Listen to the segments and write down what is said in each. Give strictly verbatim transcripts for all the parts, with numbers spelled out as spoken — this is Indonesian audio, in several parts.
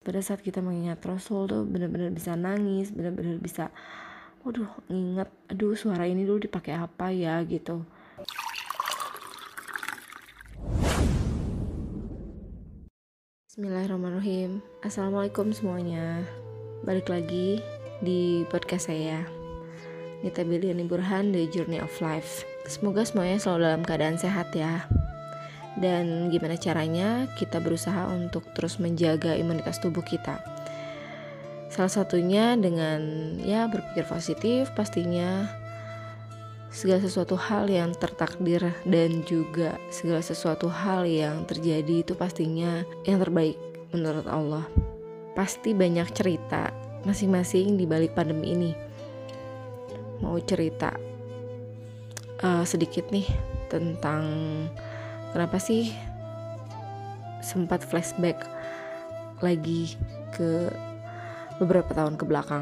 pada saat kita mengingat Rasul tuh benar-benar bisa nangis, benar-benar bisa waduh nginget, aduh suara ini dulu dipakai apa ya gitu. Bismillahirrahmanirrahim. Assalamualaikum semuanya. Balik lagi di podcast saya, Nita Biliani Burhan, The Journey of Life. Semoga semuanya selalu dalam keadaan sehat ya. Dan gimana caranya kita berusaha untuk terus menjaga imunitas tubuh kita. Salah satunya dengan ya berpikir positif, pastinya segala sesuatu hal yang tertakdir dan juga segala sesuatu hal yang terjadi itu pastinya yang terbaik menurut Allah. Pasti banyak cerita masing-masing di balik pandemi ini. Mau cerita uh, sedikit nih tentang kenapa sih sempat flashback lagi ke beberapa tahun ke belakang.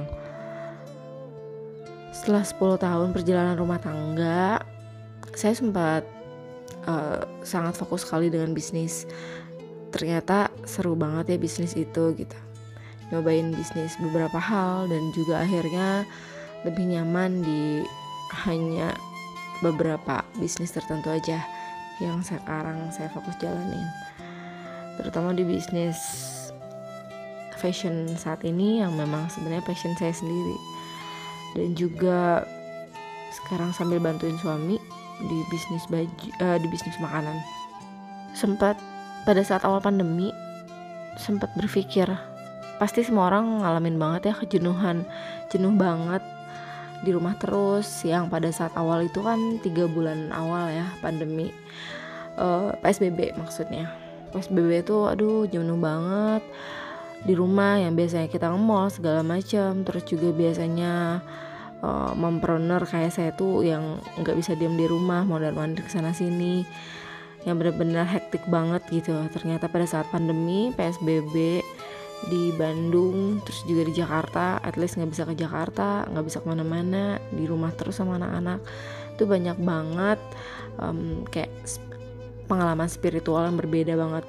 Setelah sepuluh tahun perjalanan rumah tangga, saya sempat uh, sangat fokus sekali dengan bisnis. Ternyata seru banget ya bisnis itu gitu. Nyobain bisnis beberapa hal dan juga akhirnya lebih nyaman di hanya beberapa bisnis tertentu aja yang sekarang saya fokus jalanin, terutama di bisnis fashion saat ini yang memang sebenarnya passion saya sendiri, dan juga sekarang sambil bantuin suami di bisnis baju, uh, di bisnis makanan. Sempat pada saat awal pandemi sempat berpikir pasti semua orang ngalamin banget ya kejenuhan, jenuh banget di rumah terus, yang pada saat awal itu kan tiga bulan awal ya pandemi, uh, P S B B maksudnya. P S B B itu aduh jenuh banget di rumah, yang biasanya kita nge-mall segala macam, terus juga biasanya uh, mompreneur kayak saya tuh yang nggak bisa diam di rumah, mondar-mandir kesana sini, yang benar-benar hektik banget gitu. Ternyata pada saat pandemi P S B B di Bandung, terus juga di Jakarta, at least nggak bisa ke Jakarta, nggak bisa kemana-mana, di rumah terus sama anak-anak, itu banyak banget um, kayak pengalaman spiritual yang berbeda banget.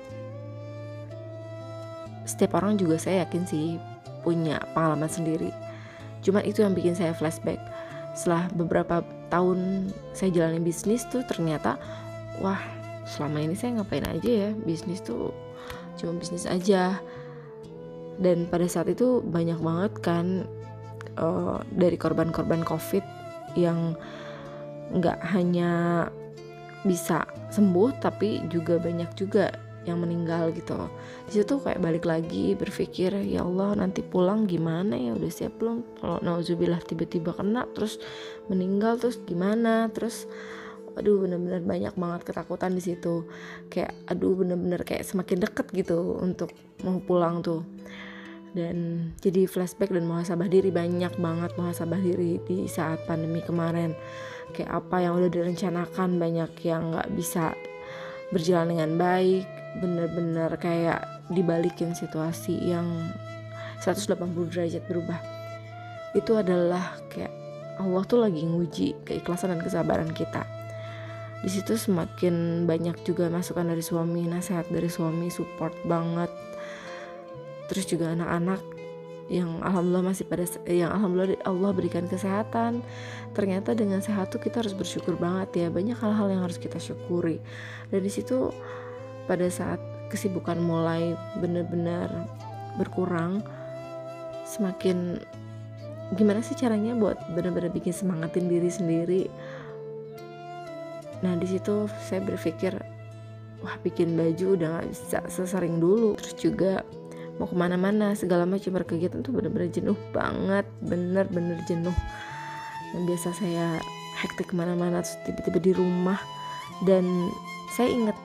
Setiap orang juga saya yakin sih punya pengalaman sendiri, cuman itu yang bikin saya flashback. Setelah beberapa tahun saya jalanin bisnis tuh ternyata wah selama ini saya ngapain aja ya, bisnis tuh cuma bisnis aja. Dan pada saat itu banyak banget kan uh, dari korban-korban COVID yang gak hanya bisa sembuh tapi juga banyak juga yang meninggal gitu. Di situ kayak balik lagi berpikir, ya Allah nanti pulang gimana ya, udah siap belum? Kalau nauzubillah tiba-tiba kena terus meninggal terus gimana? Terus aduh benar-benar banyak banget ketakutan di situ. Kayak aduh benar-benar kayak semakin deket gitu untuk mau pulang tuh. Dan jadi flashback dan muhasabah diri, banyak banget muhasabah diri di saat pandemi kemarin. Kayak apa yang udah direncanakan banyak yang gak bisa berjalan dengan baik, bener-bener kayak dibalikin situasi yang seratus delapan puluh derajat berubah. Itu adalah kayak Allah tuh lagi nguji keikhlasan dan kesabaran kita. Di situ semakin banyak juga masukan dari suami, nasihat dari suami, support banget. Terus juga anak-anak yang alhamdulillah masih pada yang alhamdulillah Allah berikan kesehatan. Ternyata dengan sehat tuh kita harus bersyukur banget ya, banyak hal-hal yang harus kita syukuri. Dan di situ pada saat kesibukan mulai benar-benar berkurang, semakin gimana sih caranya buat benar-benar bikin semangatin diri sendiri. Nah di situ saya berpikir wah bikin baju udah gak bisa sesering dulu. Terus juga mau kemana-mana segala macam berkegiatan tuh bener-bener jenuh banget, bener-bener jenuh. Yang biasa saya hektik kemana-mana terus tiba-tiba di rumah. Dan saya ingat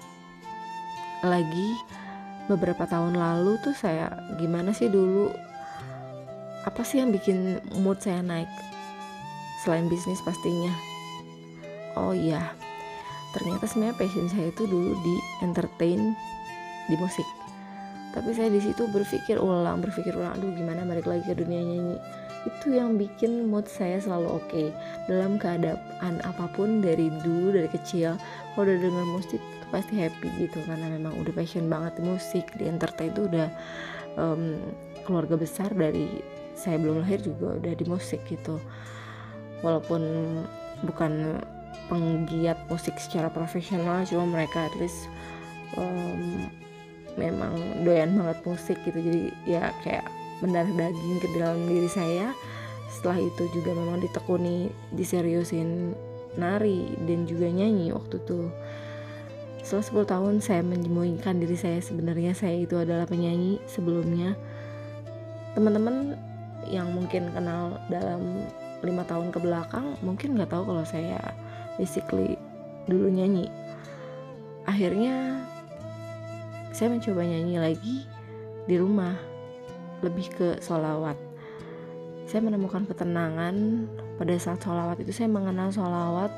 lagi beberapa tahun lalu tuh saya gimana sih dulu, apa sih yang bikin mood saya naik selain bisnis pastinya. Oh iya, ternyata sebenarnya passion saya itu dulu di entertain, di musik. Tapi saya di situ berpikir ulang, berpikir ulang, aduh gimana balik lagi ke dunia nyanyi. Itu yang bikin mood saya selalu oke okay. Dalam keadaan apapun dari dulu, dari kecil, kalau udah denger musik itu pasti happy gitu. Karena memang udah passion banget di musik, di entertain itu udah um, keluarga besar dari saya belum lahir juga udah di musik gitu. Walaupun bukan penggiat musik secara profesional, cuma mereka at least um, memang doyan banget musik gitu. Jadi ya kayak mendarah daging ke dalam diri saya. Setelah itu juga memang ditekuni, diseriusin nari dan juga nyanyi waktu itu. Setelah sepuluh tahun saya menyembunyikan diri saya, sebenarnya saya itu adalah penyanyi sebelumnya. Teman-teman yang mungkin kenal dalam lima tahun ke belakang mungkin gak tahu kalau saya basically dulu nyanyi. Akhirnya saya mencoba nyanyi lagi di rumah, lebih ke sholawat. Saya menemukan ketenangan pada saat sholawat itu. Saya mengenal sholawat,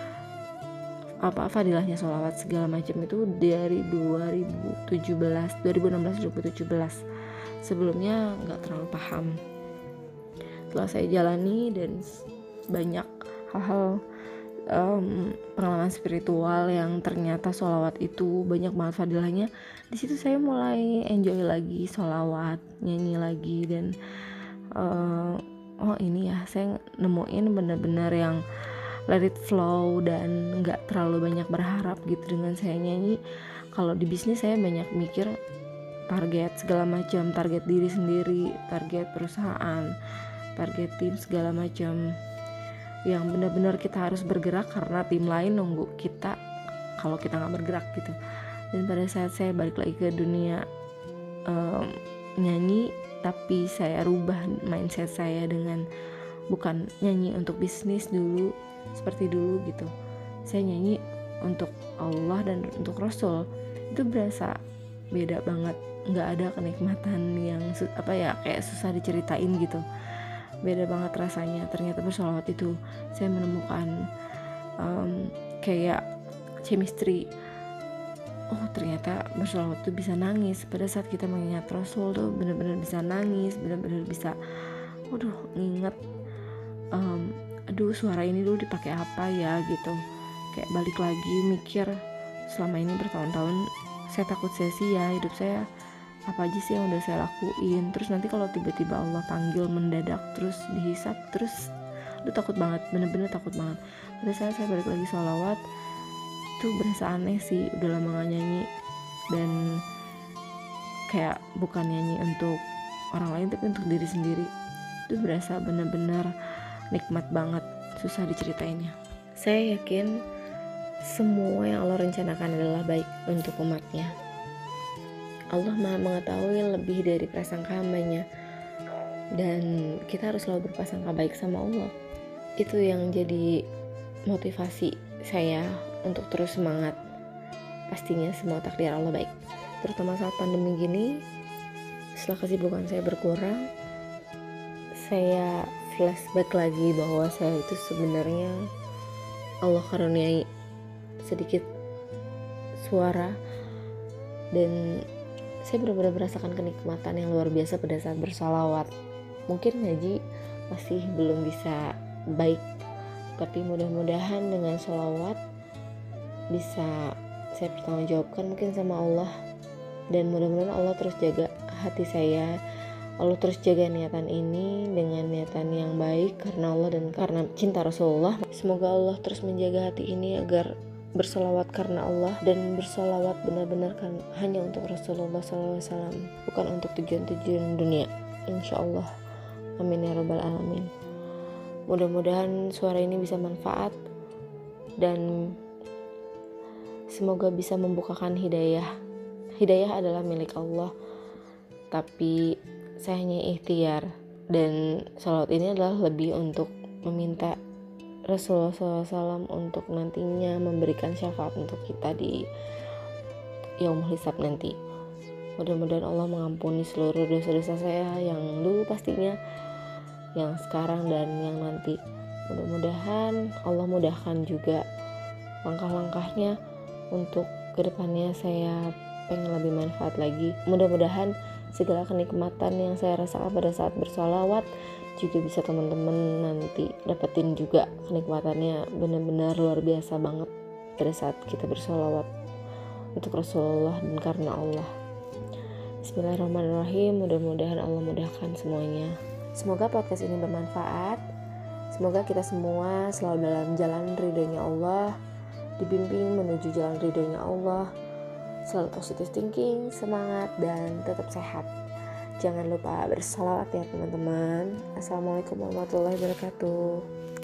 apa fadilahnya sholawat segala macam itu dari dua ribu tujuh belas, dua ribu enam belas, dua ribu tujuh belas. Sebelumnya nggak terlalu paham. Setelah saya jalani dan banyak hal-hal um, pengalaman spiritual yang ternyata sholawat itu banyak banget fadilahnya. Di situ saya mulai enjoy lagi sholawat, nyanyi lagi, dan uh, oh ini ya saya nemuin benar-benar yang let it flow dan nggak terlalu banyak berharap gitu dengan saya nyanyi. Kalau di bisnis saya banyak mikir target segala macam, target diri sendiri, target perusahaan, target tim segala macam, yang benar-benar kita harus bergerak karena tim lain nunggu kita kalau kita nggak bergerak gitu. Dan pada saat saya balik lagi ke dunia um, nyanyi, tapi saya rubah mindset saya dengan bukan nyanyi untuk bisnis dulu seperti dulu gitu. Saya nyanyi untuk Allah dan untuk Rasul. Itu berasa beda banget, nggak ada kenikmatan yang apa ya kayak susah diceritain gitu. Beda banget rasanya. Ternyata bersolawat itu saya menemukan um, kayak chemistry. Oh ternyata bersolawat tuh bisa nangis. Pada saat kita mengingat Rasul tuh benar-benar bisa nangis, benar-benar bisa waduh nginget um, aduh suara ini dulu dipakai apa ya gitu. Kayak balik lagi mikir selama ini bertahun-tahun saya takut sia-sia hidup saya, apa aja sih yang udah saya lakuin. Terus nanti kalau tiba-tiba Allah panggil mendadak terus dihisap, terus lu takut banget, bener-bener takut banget. Pada saat saya balik lagi sholawat itu berasa aneh sih, udah lama gak nyanyi dan kayak bukan nyanyi untuk orang lain tapi untuk diri sendiri. Itu berasa bener-bener nikmat banget, susah diceritainnya. Saya yakin semua yang Allah rencanakan adalah baik untuk umatnya. Allah Maha mengetahui lebih dari prasangka hambanya, dan kita harus selalu berprasangka baik sama Allah. Itu yang jadi motivasi saya untuk terus semangat. Pastinya semua takdir Allah baik, terutama saat pandemi gini. Setelah kesibukan saya berkurang, saya flashback lagi bahwa saya itu sebenarnya Allah karuniai sedikit suara, dan saya benar-benar merasakan kenikmatan yang luar biasa pada saat bersalawat. Mungkin ngaji masih belum bisa baik, tapi mudah-mudahan dengan salawat bisa saya pertanggungjawabkan mungkin sama Allah, dan mudah-mudahan Allah terus jaga hati saya, Allah terus jaga niatan ini dengan niatan yang baik karena Allah dan karena cinta Rasulullah. Semoga Allah terus menjaga hati ini agar bersolawat karena Allah dan bersolawat benar-benar kan hanya untuk Rasulullah shallallahu alaihi wasallam, bukan untuk tujuan-tujuan dunia, insya Allah. Amin ya rabbal alamin. Mudah-mudahan suara ini bisa manfaat dan semoga bisa membukakan hidayah. Hidayah adalah milik Allah, tapi saya hanya ikhtiar, dan sholawat ini adalah lebih untuk meminta Rasulullah shallallahu alaihi wasallam untuk nantinya memberikan syafaat untuk kita di yaumul hisab nanti. Mudah-mudahan Allah mengampuni seluruh dosa-dosa saya yang dulu pastinya, yang sekarang dan yang nanti. Mudah-mudahan Allah mudahkan juga langkah-langkahnya untuk kedepannya saya pengen lebih manfaat lagi. Mudah-mudahan segala kenikmatan yang saya rasakan pada saat bersolawat juga bisa teman-teman nanti dapetin juga kenikmatannya. Benar-benar luar biasa banget pada saat kita bersolawat untuk Rasulullah dan karena Allah. Bismillahirrahmanirrahim. Mudah-mudahan Allah mudahkan semuanya. Semoga podcast ini bermanfaat. Semoga kita semua selalu dalam jalan ridhonya Allah, dibimbing menuju jalan ridhonya Allah, selalu positive thinking, semangat, dan tetap sehat. Jangan lupa bersolawat ya teman-teman. Assalamualaikum warahmatullahi wabarakatuh.